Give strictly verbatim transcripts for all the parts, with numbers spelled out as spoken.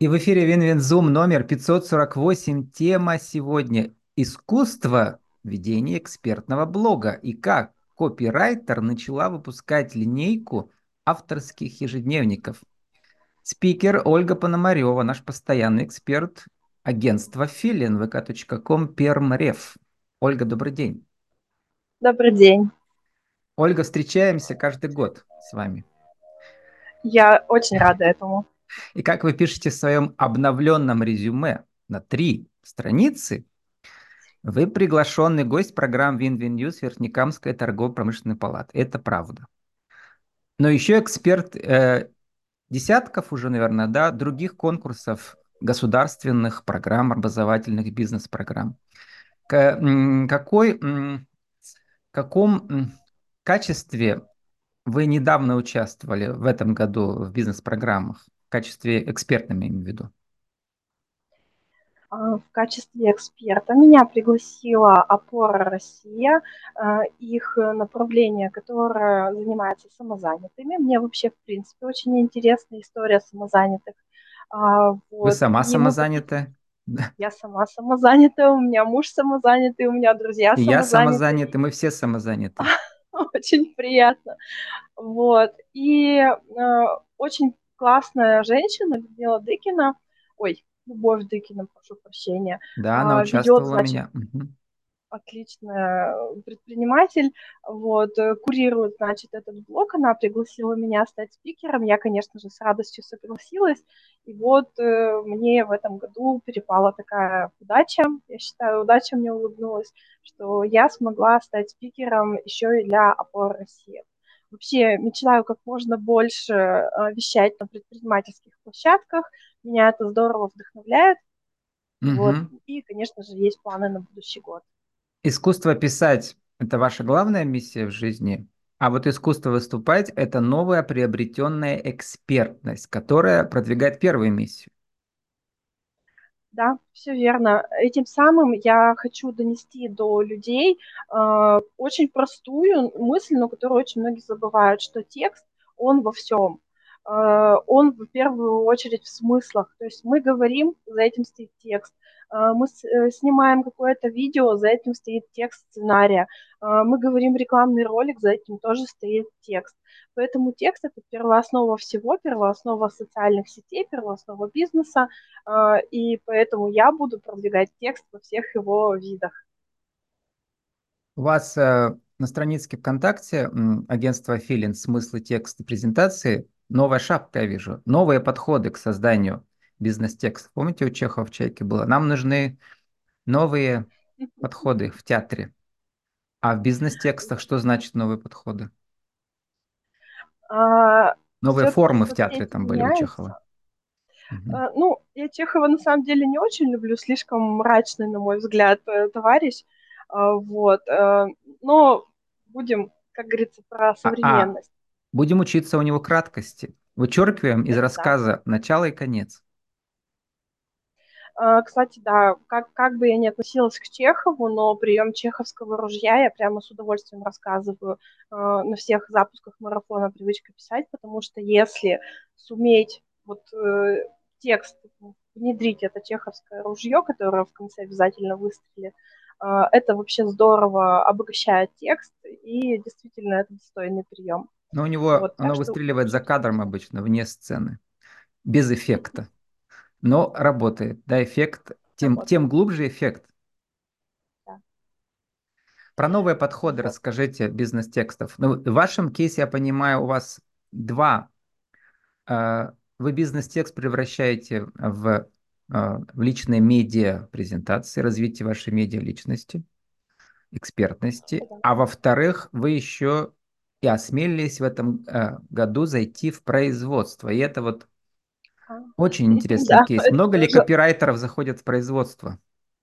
И в эфире Винвинзум номер пятьсот сорок восемь. Тема сегодня — искусство ведения экспертного блога и как копирайтер начала выпускать линейку авторских ежедневников. Спикер Ольга Пономарева, наш постоянный эксперт, агентство Филин, вэ ка точка ком, Пермрев. Ольга, добрый день. Добрый день. Ольга, встречаемся каждый год с вами. Я очень рада этому. И как вы пишете в своем обновленном резюме на три страницы, вы приглашенный гость программ Win-Win News Верхнекамской торгово-промышленной палаты. Это правда. Но еще эксперт э, десятков уже, наверное, да, других конкурсов государственных программ, образовательных бизнес-программ. К, м, какой, м, каком м, качестве вы недавно участвовали в этом году в бизнес-программах? В качестве экспертным, я имею в виду. А, В качестве эксперта меня пригласила «Опора Россия», а, их направление, которое занимается самозанятыми. Мне вообще, в принципе, очень интересна история самозанятых. А, Вы Вот. сама И мы посетили. самозанятая? Да. Я сама самозанятая, у меня муж самозанятый, у меня друзья И я самозанятые. самозанятый, мы все самозаняты. Очень приятно. Вот. И э, очень классная женщина, Людмила Дыкина, ой, Любовь Дыкина, прошу прощения, Да, она а, ведет, участвовала у значит, меня. Мгм. отличная предприниматель, вот, э, курирует, значит, этот блог, она пригласила меня стать спикером, я, конечно же, с радостью согласилась, и вот э, мне в этом году перепала такая удача, я считаю, удача мне улыбнулась, что я смогла стать спикером еще и для «Опоры России». Вообще мечтаю как можно больше э, вещать на предпринимательских площадках, меня это здорово вдохновляет, вот, Мгм. и, конечно же, есть планы на будущий год. Искусство писать — это ваша главная миссия в жизни, а вот искусство выступать — это новая приобретенная экспертность, которая продвигает первую миссию. Да, все верно. Этим самым я хочу донести до людей э, очень простую мысль, но которую очень многие забывают, что текст, он во всем. Э, он в первую очередь в смыслах. То есть мы говорим, за этим стоит текст. Э, мы с- э, снимаем какое-то видео, за этим стоит текст сценария. Э, мы говорим рекламный ролик, за этим тоже стоит текст. Поэтому текст — это первооснова всего, первооснова социальных сетей, первооснова бизнеса. А, и поэтому я буду продвигать текст во всех его видах. У вас э, на странице ВКонтакте м, агентства Филин «Смыслы текста презентации» новая шапка, я вижу, новые подходы к созданию бизнес-текстов. Помните, у Чехова в «Чайке» было? Нам нужны новые подходы в театре. А в бизнес-текстах что значит новые подходы? А, Новые Все-таки формы в театре соцсети там были у Чехова. меняются. Мгм. А, ну, я Чехова на самом деле не очень люблю, слишком мрачный, на мой взгляд, э, товарищ. А, вот. э, Но будем, как говорится, про А, а современность. будем учиться у него краткости. Вычеркиваем из Это да. рассказа начало и конец. А, Кстати, да, как, как бы я ни относилась к Чехову, но прием чеховского ружья я прямо с удовольствием рассказываю э, на всех запусках марафона «Привычка писать», потому что если суметь вот э, текст внедрить это чеховское ружье, которое в конце обязательно выстрелит, э, это вообще здорово обогащает текст, и действительно это достойный прием. Но у него Вот, так оно что выстреливает за очень кадром советую. обычно, вне сцены, без эффекта. Но работает. Да, эффект, тем, тем Работает. глубже эффект. Да. Про новые подходы Вот. расскажите бизнес-текстов. Ну, в вашем кейсе, я понимаю, у вас два. э, Вы бизнес-текст превращаете в, э, в личные медиа презентации, развитие вашей медиа личности, экспертности. Да. А во-вторых, вы еще и осмелились в этом э, году зайти в производство. И это вот А, очень интересный да, кейс. это Много ли тоже. копирайтеров заходят в производство?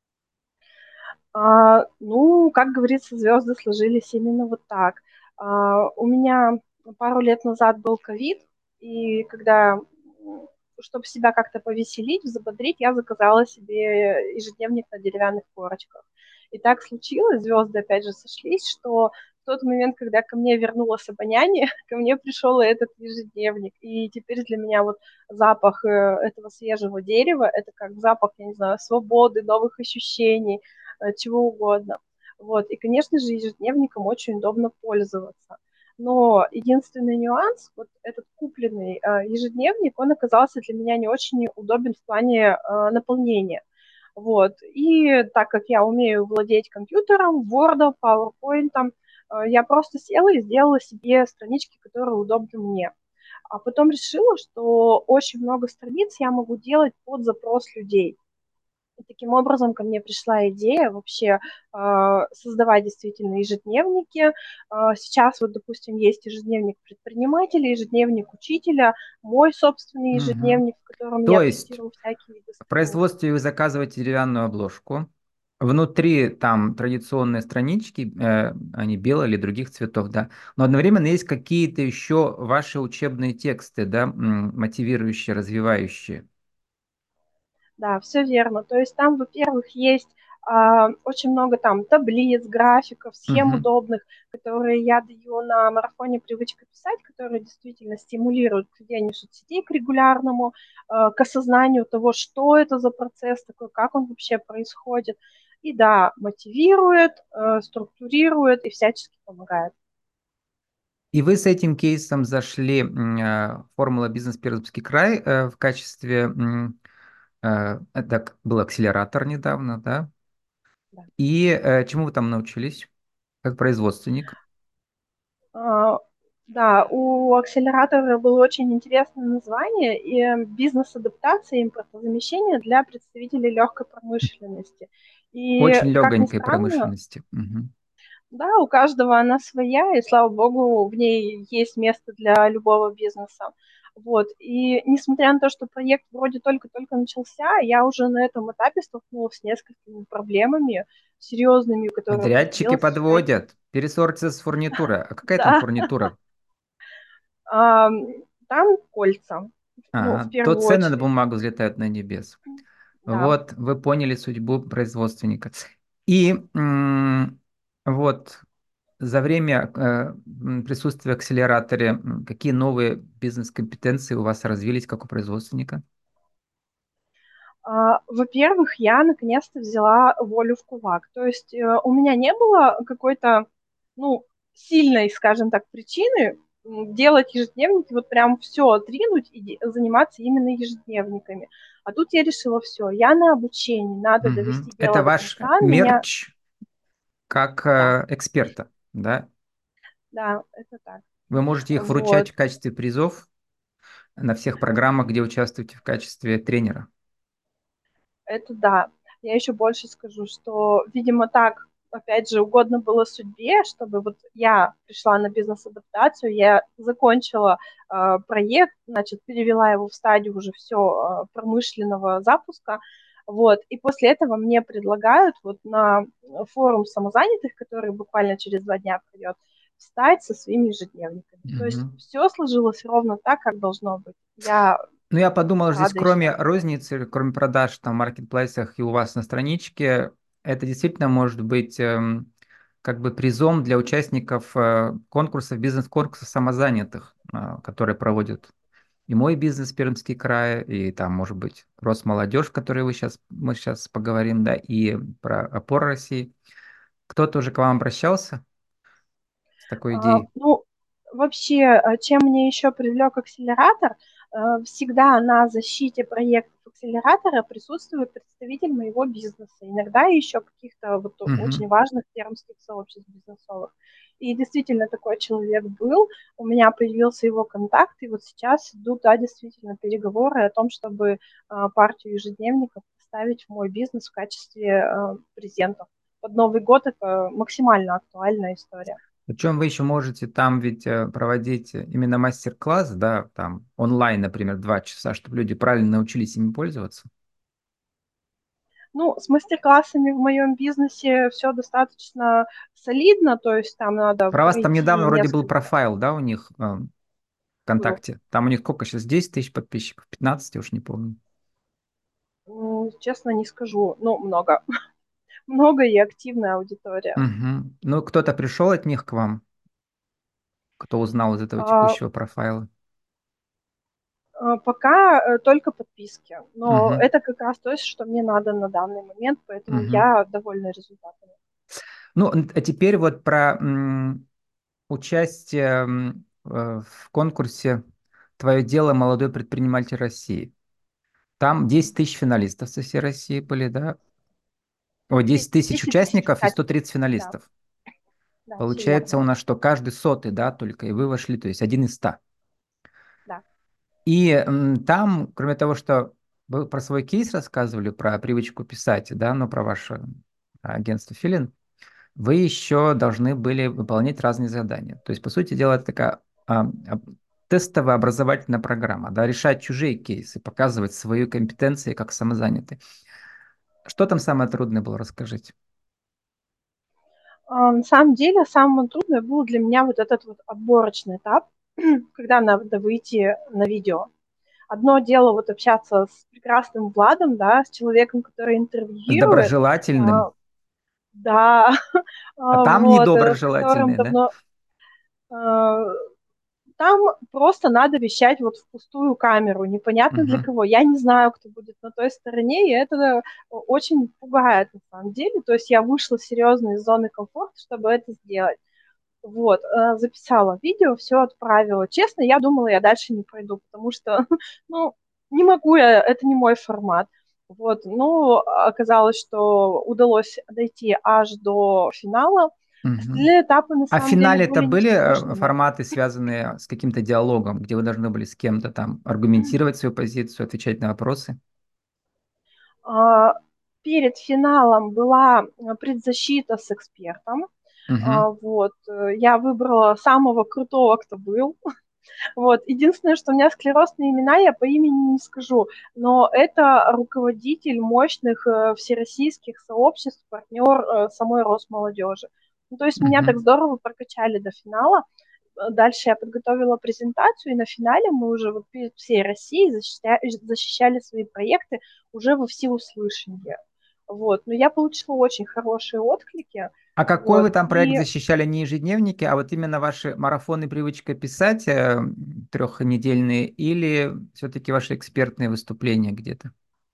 А, ну, как говорится, звезды сложились именно вот так. А, у меня пару лет назад был ковид, и когда, чтобы себя как-то повеселить, взбодрить, я заказала себе ежедневник на деревянных корочках. И так случилось, звезды опять же сошлись, что в тот момент, когда ко мне вернулось обоняние, ко мне пришел этот ежедневник. И теперь для меня вот запах э, этого свежего дерева, это как запах, я не знаю, свободы, новых ощущений, э, чего угодно. Вот. И, конечно же, ежедневником очень удобно пользоваться. Но единственный нюанс, вот этот купленный э, ежедневник, он оказался для меня не очень удобен в плане э, наполнения. Вот. И так как я умею владеть компьютером, Word, PowerPoint, э, я просто села и сделала себе странички, которые удобны мне. А потом решила, что очень много страниц я могу делать под запрос людей. И таким образом ко мне пришла идея вообще э, создавать действительно ежедневники. Э, сейчас вот, допустим, есть ежедневник предпринимателя, ежедневник учителя, мой собственный Мгм. ежедневник, в котором То я есть тестирую всякие виды в статей. производстве вы заказываете деревянную обложку. Внутри там традиционные странички, э, они белые или других цветов, да. Но одновременно есть какие-то еще ваши учебные тексты, да, м, мотивирующие, развивающие. Да, все верно. То есть там, во-первых, есть а, очень много там таблиц, графиков, схем Мгм. удобных, которые я даю на марафоне «Привычка писать», которые действительно стимулируют к ведению соцсетей к регулярному, а, к осознанию того, что это за процесс такой, как он вообще происходит. И да, мотивирует, э, структурирует и всячески помогает. И вы с этим кейсом зашли м, э, «Формула бизнес Пермский край» э, в качестве, м, э, это был акселератор недавно, да? Да. И э, чему вы там научились, как производственник? А, Да, у акселератора было очень интересное название и бизнес-адаптация и импортозамещение для представителей легкой промышленности. И, Очень как ни легонькой странно, промышленности. Мгм. да, у каждого она своя, и, слава богу, в ней есть место для любого бизнеса. Вот. И несмотря на то, что проект вроде только-только начался, я уже на этом этапе столкнулась с несколькими проблемами серьезными, которые Подрядчики приходилось искать. подводят. Пересорцы с фурнитурой. А какая там Да, фурнитура? ам, там кольца, ну, в А, то первую цены на очередь. бумагу взлетают на небес. Да. Вот, вы поняли судьбу производственника. И м, вот за время э, м, присутствия в акселераторе м, какие новые бизнес-компетенции у вас развились, как у производственника? А, Во-первых, я наконец-то взяла волю в кулак. То есть э, у меня не было какой-то, ну, сильной, скажем так, причины м, делать ежедневники, вот прям все отринуть и де- заниматься именно ежедневниками. А тут я решила, все, я на обучении, надо Мгм. довести Это дело до ваш конца. Меня, мерч как да, э, эксперта, да? да, это так. Вы можете их Вот. вручать в качестве призов на всех программах, где участвуете в качестве тренера. Это да. Я еще больше скажу, что, видимо, так, опять же, угодно было судьбе, чтобы вот я пришла на бизнес-адаптацию, я закончила э, проект, значит, перевела его в стадию уже все э, промышленного запуска, вот, и после этого мне предлагают вот на форум самозанятых, который буквально через два дня придет, встать со своими ежедневниками. То есть Мгм. все сложилось ровно так, как должно быть. Я Ну, я подумал, здесь рада и кроме счастлива. розницы, кроме продаж там в маркетплейсах и у вас на страничке, это действительно может быть эм, как бы призом для участников э, конкурсов, бизнес-конкурсов самозанятых, э, которые проводят и мой бизнес Пермский край, и там, может быть, Росмолодежь, который вы сейчас, мы сейчас поговорим, да, и про опору России. Кто-то уже к вам обращался с такой А, идеей? Ну, вообще, а, чем мне еще привлек акселератор, э, всегда на защите проектов акселератора присутствует представитель моего бизнеса, иногда еще каких-то вот очень Мгм. важных пермских сообществ бизнесовых. И действительно такой человек был, у меня появился его контакт, и вот сейчас идут, да, действительно переговоры о том, чтобы а, партию ежедневников поставить в мой бизнес в качестве а, презентов. Под Новый год это максимально актуальная история. Причем вы еще можете там ведь э, проводить именно мастер-класс, да, там онлайн, например, два часа, чтобы люди правильно научились ими пользоваться. Ну, с мастер-классами в моем бизнесе все достаточно солидно, то есть там надо Про вас там пройти недавно вроде был несколько. профайл, да, у них э, Был. ВКонтакте. Там у них сколько сейчас, десять тысяч подписчиков, пятнадцать, я уж не помню. М, Честно не скажу, ну, много. много и активная аудитория. Мгм. Ну, кто-то пришел от них к вам, кто узнал из этого А, текущего профайла? а, Пока э, только подписки, но Мгм. это как раз то, что мне надо на данный момент, поэтому Мгм. я довольна результатами. Ну, н- а теперь вот про м, участие м, э, в конкурсе «Твое дело. Молодой предприниматель России». Там десять тысяч финалистов со всей России были, да? О, десять тысяч десять тысяч участников и сто участников. тридцать Да, финалистов. да, все Получается у верно. нас, что каждый сотый, да, только и вы вошли, то есть один из ста. Да. И м, там, кроме того, что вы про свой кейс рассказывали, про привычку писать, да, ну, про ваше агентство Филин, вы еще должны были выполнять разные задания. То есть, по сути дела, это такая а, а, тестовая образовательная программа, да, решать чужие кейсы, показывать свои компетенции как самозанятый. Что там самое трудное было, расскажите. А, На самом деле, самое трудное был для меня вот этот вот отборочный этап, когда надо выйти на видео. Одно дело вот общаться с прекрасным Владом, да, с человеком, который С интервьюирует, а, доброжелательным, да, а а, там вот, э, с которым недоброжелательный, да? давно а, там просто надо вещать вот в пустую камеру, непонятно для Мгм. кого. Я не знаю, кто будет на той стороне, и это очень пугает на самом деле. То есть я вышла серьезно из зоны комфорта, чтобы это сделать. Вот, э, записала видео, все отправила. Честно, я думала, я дальше не пройду, потому что, ну, не могу я, это не мой формат. Вот, но оказалось, что удалось дойти аж до финала. Мгм. Остальные этапы на А в самом деле финале это были были э, несложными. форматы, связанные с каким-то диалогом, где вы должны были с кем-то там аргументировать свою позицию, отвечать на вопросы? А, Перед финалом была э, предзащита с экспертом. А, Мгм. Вот, э, я выбрала самого крутого, кто был. Вот. Единственное, что у меня склерозные имена, я по имени не скажу, но это руководитель мощных э, всероссийских сообществ, партнер э, самой Росмолодежи. Ну, то есть меня так Мгм. здорово прокачали до финала. Э, Дальше я подготовила презентацию, и на финале мы уже вот перед всей Россией защища- защищали свои проекты уже во всеуслышание. Вот. Но я получила очень хорошие отклики. А какой Вот. вы там проект И защищали? Не ежедневники, а вот именно ваши марафоны привычка писать э, трехнедельные или все-таки ваши экспертные выступления где-то?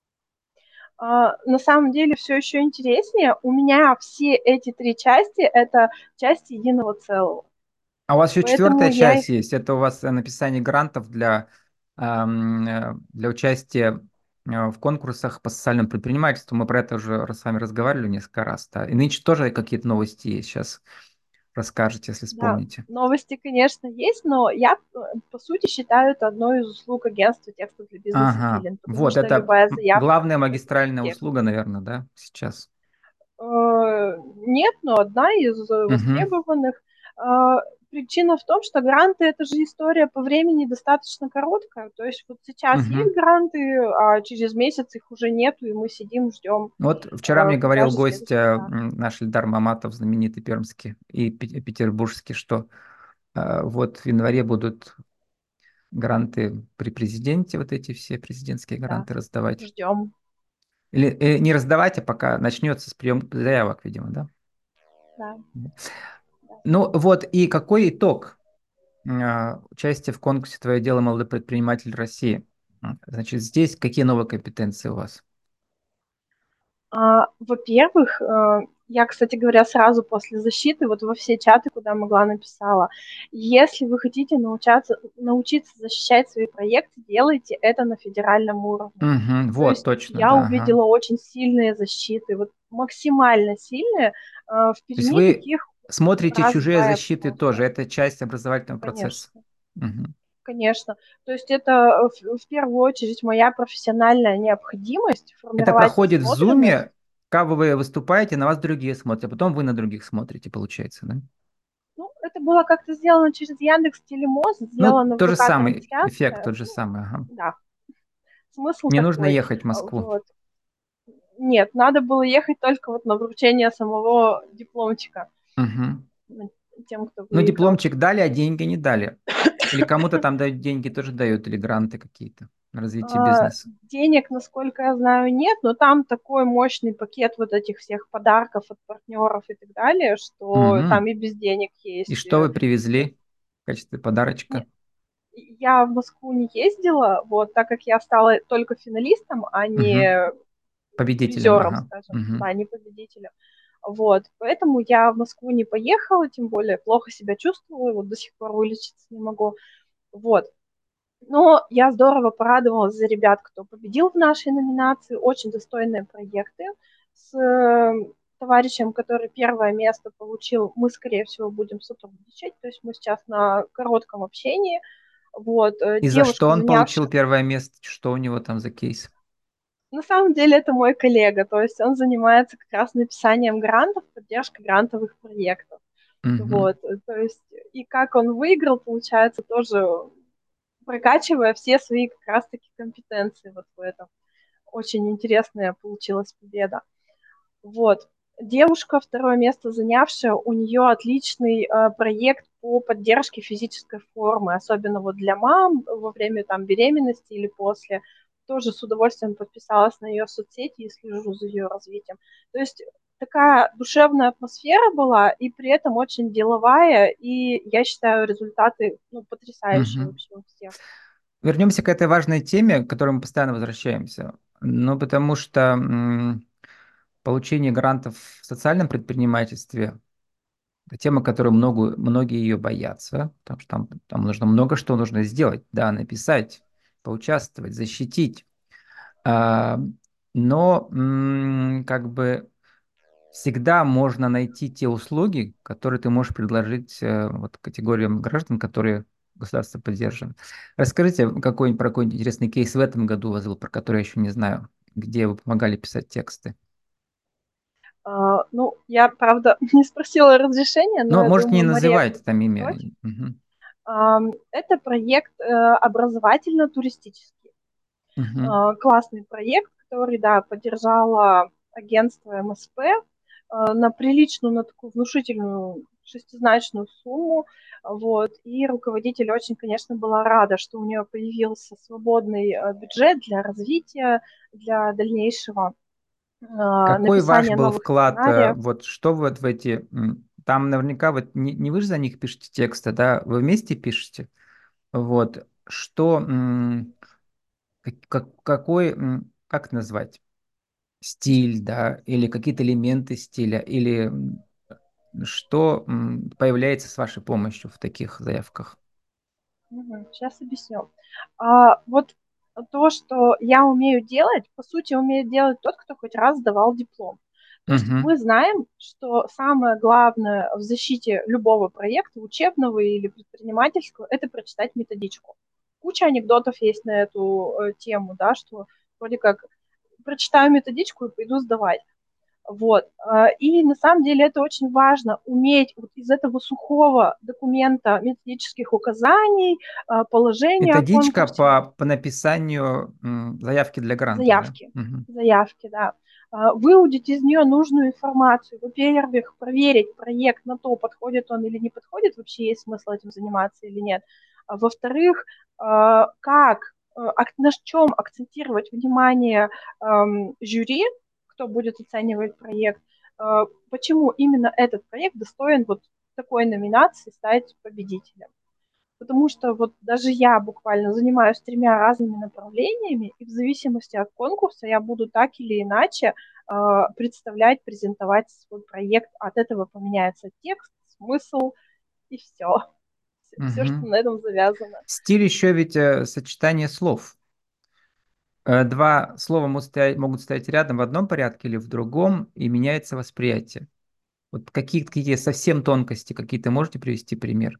А, на самом деле все еще интереснее. У меня все эти три части — это части единого целого. А у вас еще Поэтому четвертая я их... часть есть. Это у вас э, написание грантов для, ам, э, для участия э, в конкурсах по социальному предпринимательству. Мы про это уже с вами разговаривали несколько раз. Да. И нынче тоже какие-то новости есть. Сейчас расскажете, если Да, вспомните. новости, конечно, есть, но я, э, по сути, считаю это одной из услуг агентства текстов для бизнеса Ага. Филин, потому Вот, что это любая м, заявка главная — это магистральная текст. услуга, наверное, да, сейчас. Э, Нет, но одна из э, Угу. востребованных. А, Причина в том, что гранты — это же история по времени достаточно короткая. То есть вот сейчас Угу. есть гранты, а через месяц их уже нету, и мы сидим, ждем, Вот вчера э, мне когда говорил же гость, э, следующий грант. м, наш Эльдар Маматов, знаменитый пермский и пе- петербургский, что э, вот в январе будут гранты при президенте, вот эти все президентские Да, гранты раздавать. ждем. Или э, не раздавать, а пока начнется с прием заявок, видимо, да? Да, Мгм. да. Ну вот, и какой итог э, участия в конкурсе «Твое дело, молодой предприниматель России»? М, Значит, здесь какие новые компетенции у вас? А, во-первых, э, я, кстати говоря, сразу после защиты вот во все чаты, куда могла, написала: если вы хотите научаться, научиться защищать свои проекты, делайте это на федеральном уровне. Мгм, То вот, есть точно, я да, ага. увидела очень сильные защиты, вот максимально сильные. Э, В То есть Перми вы таких смотрите чужие раз-два я защиты тоже, посмотрела. это часть образовательного процесса. Конечно, Мгм. конечно. То есть это в, в первую очередь моя профессиональная необходимость Это формировать проходит в насмотренность. Зуме, как вы выступаете, на вас другие смотрят, а потом вы на других смотрите, получается, да? Ну, это было как-то сделано через Яндекс Телемост, Ну, сделано в тот же самый эффект, ВК-трансляция. тот же Ну, самый, ага. да, смысл Не нужно такой. ехать в А, Москву. Вот. Нет, надо было ехать только вот на вручение самого дипломчика Мгм. ну, тем, кто Ну, выиграл. дипломчик дали, а деньги не дали. Или кому-то там дают деньги, тоже дают, или гранты какие-то. на развитие А, бизнеса? денег, насколько я знаю, нет, но там такой мощный пакет вот этих всех подарков от партнеров и так далее, что там Мгм. и без денег И есть. что э, вы привезли в качестве подарочка? не- Я в Москву не ездила, вот, так как я стала только финалистом, а Мгм. не Победителем, призером, ага. скажем, Мгм. да, не победителем. Вот, поэтому я в Москву не поехала, тем более плохо себя чувствовала, вот до сих пор вылечиться не могу. Вот, но я здорово порадовалась за ребят, кто победил в нашей номинации. Очень достойные проекты. С э, товарищем, который первое место получил, мы, скорее всего, будем сотрудничать. То есть мы сейчас на коротком общении. Вот. э, И за что Девушка, он получил занявшая... первое место? Что у него там за кейс? На самом деле это мой коллега. То есть он занимается как раз написанием грантов, поддержкой грантовых проектов. Мгм. Вот. э, То есть и как он выиграл, получается, тоже прокачивая все свои как раз-таки компетенции вот в этом. Очень интересная получилась победа. Вот. Девушка, второе место занявшая, у нее отличный э, проект по поддержке физической формы, особенно вот для мам во время там беременности или после. Тоже с удовольствием подписалась на ее соцсети и слежу за ее развитием. То есть такая душевная атмосфера была, и при этом очень деловая, и я считаю результаты ну, потрясающие Мгм. вообще у всех. Вернемся к этой важной теме, к которой мы постоянно возвращаемся. Ну, потому что м, получение грантов в социальном предпринимательстве — это тема, которую много, многие ее боятся, потому что там, там нужно много что нужно сделать, да, написать, поучаствовать, защитить. А, но м, как бы всегда можно найти те услуги, которые ты можешь предложить э, вот категориям граждан, которые государство поддерживает. Расскажите какой-нибудь про какой-нибудь интересный кейс в этом году у вас был, про который я еще не знаю, где вы помогали писать тексты. А, ну, я, правда, не спросила разрешения, но Ну, я можете не думаю, Мария называть будет там не имя. против. Мгм. Ам, Это проект э, образовательно-туристический. Мгм. А, Классный проект, который, да, поддержало агентство эм эс пэ э, на приличную, на такую внушительную шестизначную сумму. Вот. И руководитель очень, конечно, была рада, что у нее появился свободный э, бюджет для развития, для дальнейшего э, Какой ваш написания был новых вклад, э, сценариев. вот что вы вот в эти, м, там наверняка вот не, не вы же за них пишете тексты, да, вы вместе пишете, вот, что, м, как, как- какой, м, как это назвать, стиль, да, или какие-то элементы стиля, или м, что м, появляется с вашей помощью в таких заявках? Сейчас объясню. А, вот то, что я умею делать, по сути, умеет делать тот, кто хоть раз сдавал диплом. То есть Мгм. мы знаем, что самое главное в защите любого проекта, учебного или предпринимательского, это прочитать методичку. Куча анекдотов есть на эту э, тему, да, что вроде как прочитаю методичку и пойду сдавать. Вот. а, И на самом деле это очень важно, уметь вот из этого сухого документа методических указаний, а, положения о Методичка конкурсе, по, по написанию м, заявки для грантов, да? заявки, Мгм. заявки, да, а, выудить из нее нужную информацию. Во-первых, проверить проект на то, подходит он или не подходит, вообще есть смысл этим заниматься или нет. А Во-вторых, а, как, а, ак- на чем акцентировать внимание ам, жюри, кто будет оценивать проект, а, почему именно этот проект достоин вот такой номинации стать победителем. Потому что вот даже я буквально занимаюсь тремя разными направлениями, и в зависимости от конкурса я буду так или иначе э, представлять, презентовать свой проект. От этого поменяется текст, смысл и все. Все, что Мгм. на этом завязано. Стиль еще ведь э, сочетание слов. Э, Два слова могут стоять, могут стоять рядом в одном порядке или в другом, и меняется восприятие. Вот какие-то какие совсем тонкости, какие-то можете привести пример?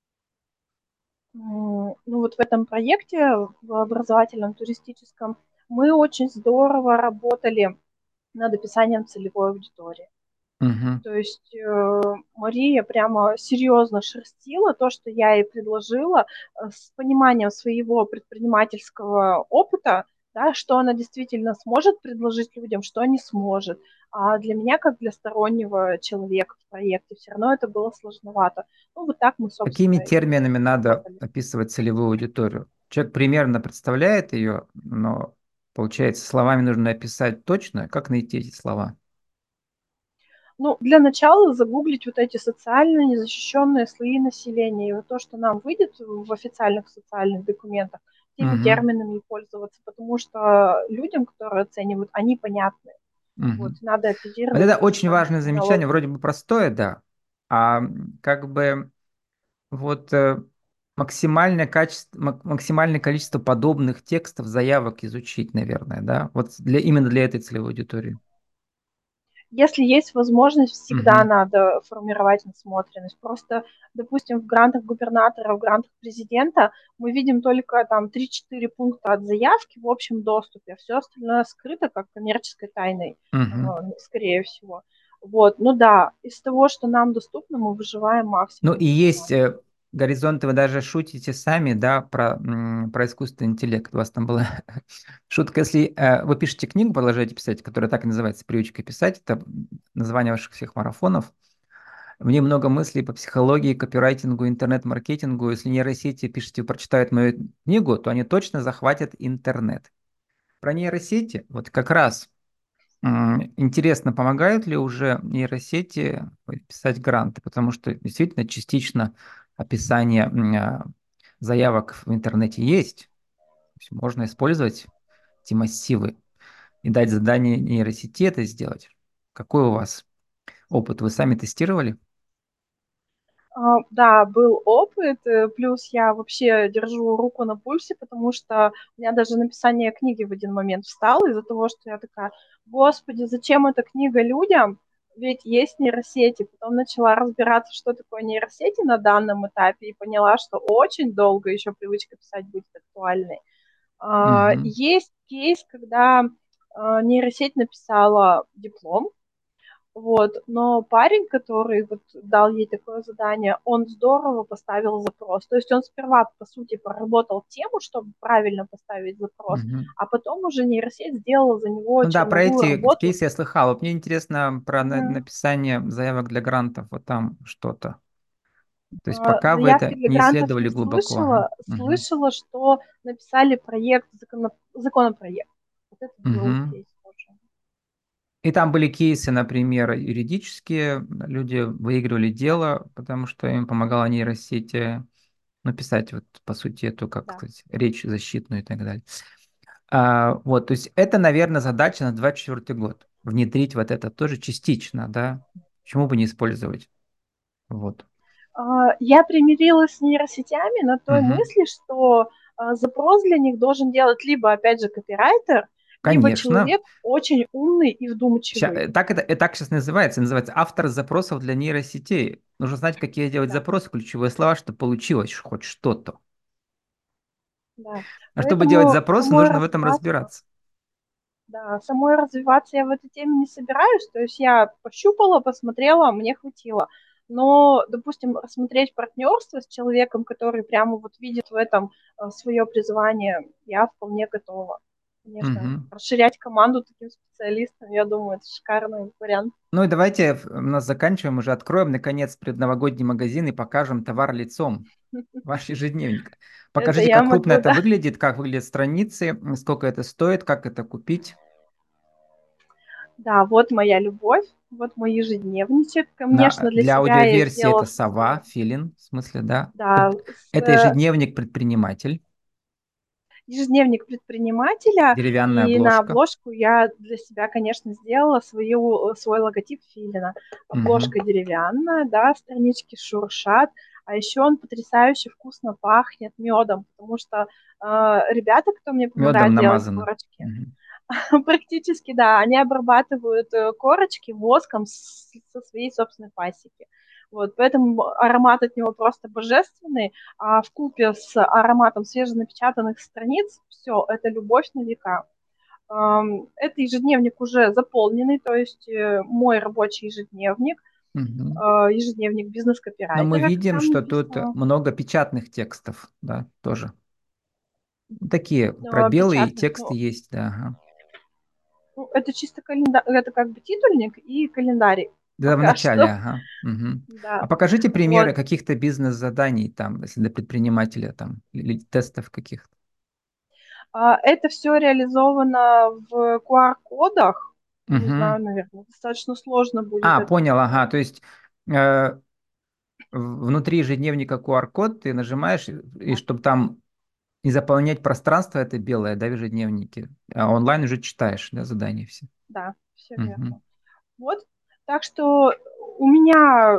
Ну вот в этом проекте, в образовательном туристическом, мы очень здорово работали над описанием целевой аудитории. Мгм. То есть э, Мария прямо серьезно шерстила то, что я ей предложила, э, с пониманием своего предпринимательского опыта, да, что она действительно сможет предложить людям, что не сможет. А для меня, как для стороннего человека в проекте, все равно это было сложновато. Ну, вот так мы, Какими собственно, и терминами надо работали. описывать целевую аудиторию? Человек примерно представляет ее, но, получается, словами нужно описать точно. Как найти эти слова? Ну, для начала загуглить вот эти социально незащищенные слои населения. И вот то, что нам выйдет в официальных социальных документах, теми Угу, терминами и пользоваться, потому что людям, которые оценивают, они понятны. Вот, угу. надо Вот апеллировать это к этой очень самой важное замечание, терминологии. вроде бы простое, да, а м, как бы вот э, максимальное качество, мак- максимальное количество подобных текстов, заявок изучить, наверное, да, вот для, именно для этой целевой аудитории. Если есть возможность, всегда Угу, надо формировать насмотренность. Просто, допустим, в грантах губернатора, в грантах президента мы видим только там три-четыре пункта от заявки в общем доступе, все остальное скрыто как коммерческой тайной, э, угу. скорее всего. Вот, ну да, из того, что нам доступно, мы выживаем Ну максимум и есть информации. э, горизонты, вы даже шутите сами, да, про, м, про искусственный интеллект. У вас там была шутка, если э, вы пишете книгу, продолжаете писать, которая так и называется «Привычка писать», это название ваших всех марафонов. В ней много мыслей по психологии, копирайтингу, интернет-маркетингу. Если нейросети, пишите, прочитают мою книгу, то они точно захватят интернет. Про нейросети, вот как раз м, интересно, помогают ли уже нейросети писать гранты, потому что действительно частично описание м, а, заявок в интернете есть. То есть можно использовать эти массивы и дать задание нейросети это сделать. Какой у вас опыт? Вы сами тестировали? А, Да, был опыт, э, плюс я вообще держу руку на пульсе, потому что у меня даже написание книги в один момент встало из-за того, что я такая, господи, зачем эта книга людям? Ведь есть нейросети. Потом начала разбираться, что такое нейросети на данном этапе, и поняла, что очень долго еще привычка писать будет актуальной. А, Мгм. Есть кейс, когда а, нейросеть написала диплом, вот, но парень, который вот дал ей такое задание, он здорово поставил запрос. То есть он сперва, по сути, проработал тему, чтобы правильно поставить запрос, Мгм. а потом уже нейросеть сделала за него Ну да, про черновую эти работу. кейсы я слыхал. Вот мне интересно про на- Мгм. написание заявок для грантов, вот там что-то. То есть А, пока вы Заявки это для не грантов исследовали не глубоко. Ага. слышала. Мгм. Слышала, что написали проект, законо- законопроект. Вот это был Мгм. кейс тоже. И там были кейсы, например, юридические. Люди выигрывали Да, дело, потому что им помогала нейросети написать, вот, по сути, эту, как да. сказать, речь защитную и так далее. А, вот, то есть это, наверное, задача на двадцать четвёртый год. Внедрить вот это тоже частично, да? Почему бы не использовать? Вот. А, Я примирилась с нейросетями на той Мгм. мысли, что а, запрос для них должен делать либо, опять же, копирайтер, либо Конечно. человек очень умный и Ща- вдумчивый. э, так это, это так сейчас называется. Называется автор запросов для нейросетей. Нужно знать, какие делать Да, запросы, ключевые слова, чтобы получилось хоть что-то. да. А чтобы делать Поэтому запросы, самой нужно в этом развиваться, разбираться. да, самой развиваться я в этой теме не собираюсь. То есть я пощупала, посмотрела, мне хватило. Но, допустим, рассмотреть партнерство с человеком, который прямо вот видит в этом свое призвание, я вполне готова. Конечно, Мгм. расширять команду таким специалистам, я думаю, это шикарный вариант. Ну и давайте в- у нас заканчиваем, уже откроем, наконец, предновогодний магазин и покажем товар лицом. Ваш ежедневник. Это Покажите, я как крупно могу, это да. выглядит, как выглядят страницы, м, сколько это стоит, как это купить. Да, вот моя любовь, вот мой ежедневничек. На, Конечно, для для себя я аудиоверсии сделала это сова, свою, филин, в смысле, да. да, Пред- с, Это ежедневник предприниматель, ежедневник предпринимателя, деревянная и на обложка. обложку я для себя, конечно, сделала свою, свой логотип Филина. Мгм. Обложка деревянная, да, странички шуршат, а еще он потрясающе вкусно пахнет медом, потому что э, ребята, кто мне Медом помогает делать намазано. корочки, Мгм. практически, да, они обрабатывают э, корочки воском с- со своей собственной пасеки. Вот, поэтому аромат от него просто божественный, а в купе с ароматом свеженапечатанных страниц, все, это любовь на века. Эм, Это ежедневник уже заполненный, то есть э, мой рабочий ежедневник, э, Мгм. ежедневник Но мы бизнес-копирайтера, как видим, там что тут написано, много печатных текстов, да, тоже. Такие э, пробелы и печатных. тексты Ну, есть, да. Ага. ну, это чисто календарь, это как бы титульник и календарь Да, в пока начале, что. ага. Мгм. А Да, покажите примеры вот. каких-то бизнес-заданий там, если для предпринимателя там, или тестов каких-то. А, Это все реализовано в Q R-кодах. Не Мгм. знаю, наверное, достаточно сложно будет А, это понял, ага. представить. То есть э, в- внутри ежедневника Q R-код ты нажимаешь, и Да, чтобы там не заполнять пространство это белое, да, в ежедневнике, а онлайн уже читаешь, да, задания все. да, все Мгм. верно. Вот. Так что у меня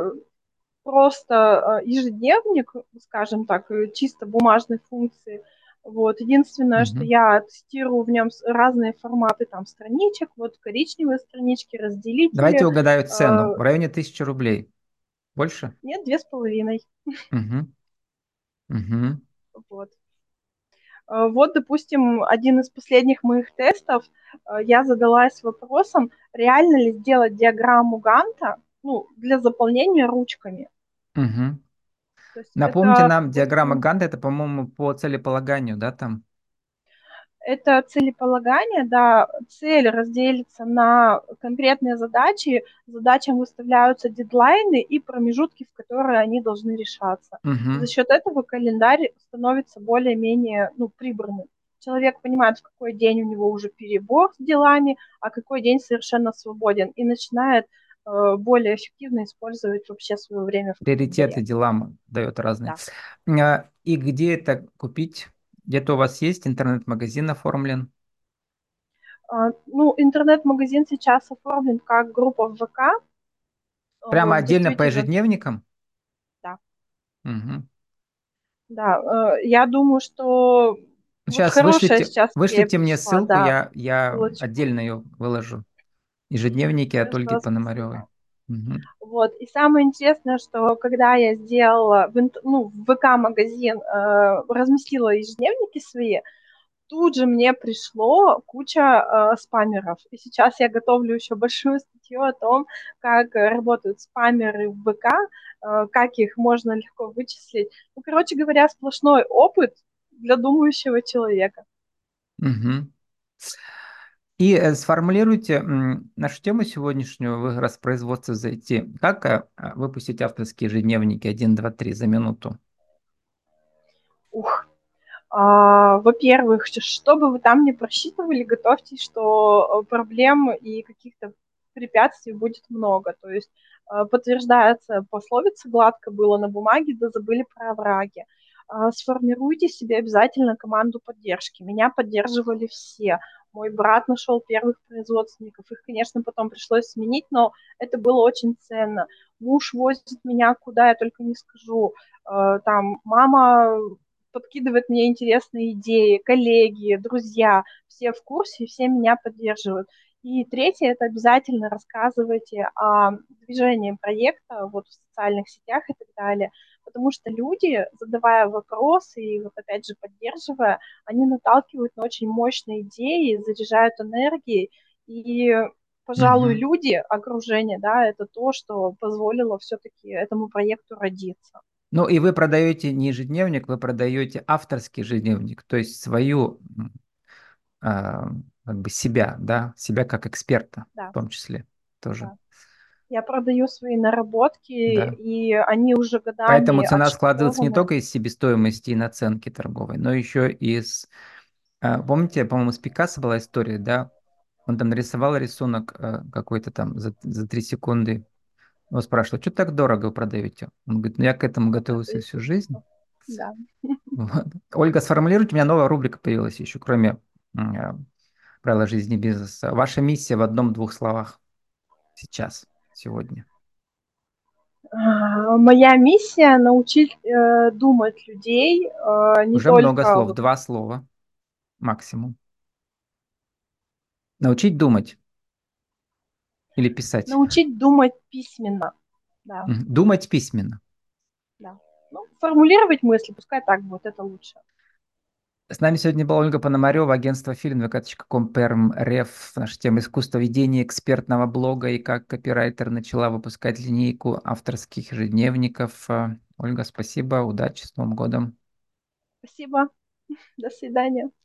просто э, ежедневник, скажем так, э, чисто бумажной функции. Вот. Единственное, что Мгм. я тестирую в нем разные форматы там страничек, вот коричневые странички, Давайте разделители. угадаю цену. Э, В районе тысячи рублей. Больше? Нет, две с половиной. Мгм. Мгм. Вот. Э, Вот, допустим, один из последних моих тестов, э, я задалась вопросом, реально ли сделать диаграмму Ганта, ну, для заполнения ручками. Мгм. То есть Напомните это, нам, диаграмма допустим, Ганта, это, по-моему, по целеполаганию, да, там? это целеполагание, да, цель разделится на конкретные задачи, задачам выставляются дедлайны и промежутки, в которые они должны решаться. И за Мгм. счет этого календарь становится более-менее, ну, прибранным. Человек понимает, в какой день у него уже перебор с делами, а какой день совершенно свободен, и начинает э, более эффективно использовать вообще свое время в Приоритеты календаре. делам дает разные. Да. А, И где это купить? Где-то у вас есть интернет-магазин оформлен? А, Ну, интернет-магазин сейчас оформлен как группа в вэ ка, Прямо вот, отдельно по действительно, ежедневникам? да. Мгм. Да, э, я думаю, что вот Сейчас хорошая вышлите, сейчас степь вышлите мне пришла, ссылку, да, я, я ссылочку. отдельно ее выложу. Ежедневники от Ольги Хорошо, Пономаревой. спасибо. Мгм. Вот. И самое интересное, что когда я сделала в, инт- ну, в вэ ка-магазин, э, разместила ежедневники свои, тут же мне пришло куча э, спамеров. И сейчас я готовлю еще большую статью о том, как э, работают спамеры в вэ ка, э, как их можно легко вычислить. Ну, короче говоря, сплошной опыт для думающего человека. Мгм. И э, сформулируйте м, нашу тему сегодняшнюю, вы раз в производство зайти. Как э, а, выпустить авторские ежедневники один, два, три за минуту? Ух, А, во-первых, ш- что бы вы там ни просчитывали, готовьтесь, что э, проблем и каких-то препятствий будет много. То есть э, подтверждается пословица «гладко было на бумаге, да забыли про овраги». А, Сформируйте себе обязательно команду поддержки. Меня поддерживали все. Мой брат нашел первых производственников. Их, конечно, потом пришлось сменить, но это было очень ценно. Муж возит меня куда я только не скажу. Э, Там мама подкидывает мне интересные идеи, коллеги, друзья, все в курсе, все меня поддерживают. И третье, это обязательно рассказывайте о движении проекта вот в социальных сетях и так далее, потому что люди, задавая вопросы и вот опять же поддерживая, они наталкивают на очень мощные идеи, заряжают энергией, и, пожалуй, Мгм. люди, окружение, да, это то, что позволило все-таки этому проекту родиться. Ну и вы продаете не ежедневник, вы продаете авторский ежедневник, то есть свою, м, а, как бы себя, да, себя как эксперта в Да, том числе тоже, да. Я продаю свои наработки, да. и они уже Поэтому годами цена складывается не отшлифованы. только из себестоимости и наценки торговой, но еще из... а, Помните, по-моему, с Пикассо была история, да? Он там нарисовал рисунок э, какой-то там за, за три секунды. Его спрашивают, что так дорого вы продаете? Он говорит, ну я к этому Вот это готовился всю жизнь. искусство. Да. Вот. Ольга, сформулируйте, у меня новая рубрика появилась еще, кроме м, э, правила жизни и бизнеса. Ваша миссия в одном-двух словах сейчас, сегодня. А, Моя миссия научить э, думать людей э, не Уже много только слов, вот, два слова максимум. Научить думать или писать. научить думать письменно. Да, Мгм. Думать письменно. да. Ну, формулировать мысли, пускай так будет, это лучше. С нами сегодня была Ольга Пономарева, агентство фильм вэ ка точка ком перм реф. Наша тема искусство ведения экспертного блога и как копирайтер начала выпускать линейку авторских ежедневников. Э, Ольга, спасибо, удачи, с Новым годом. Спасибо, до свидания.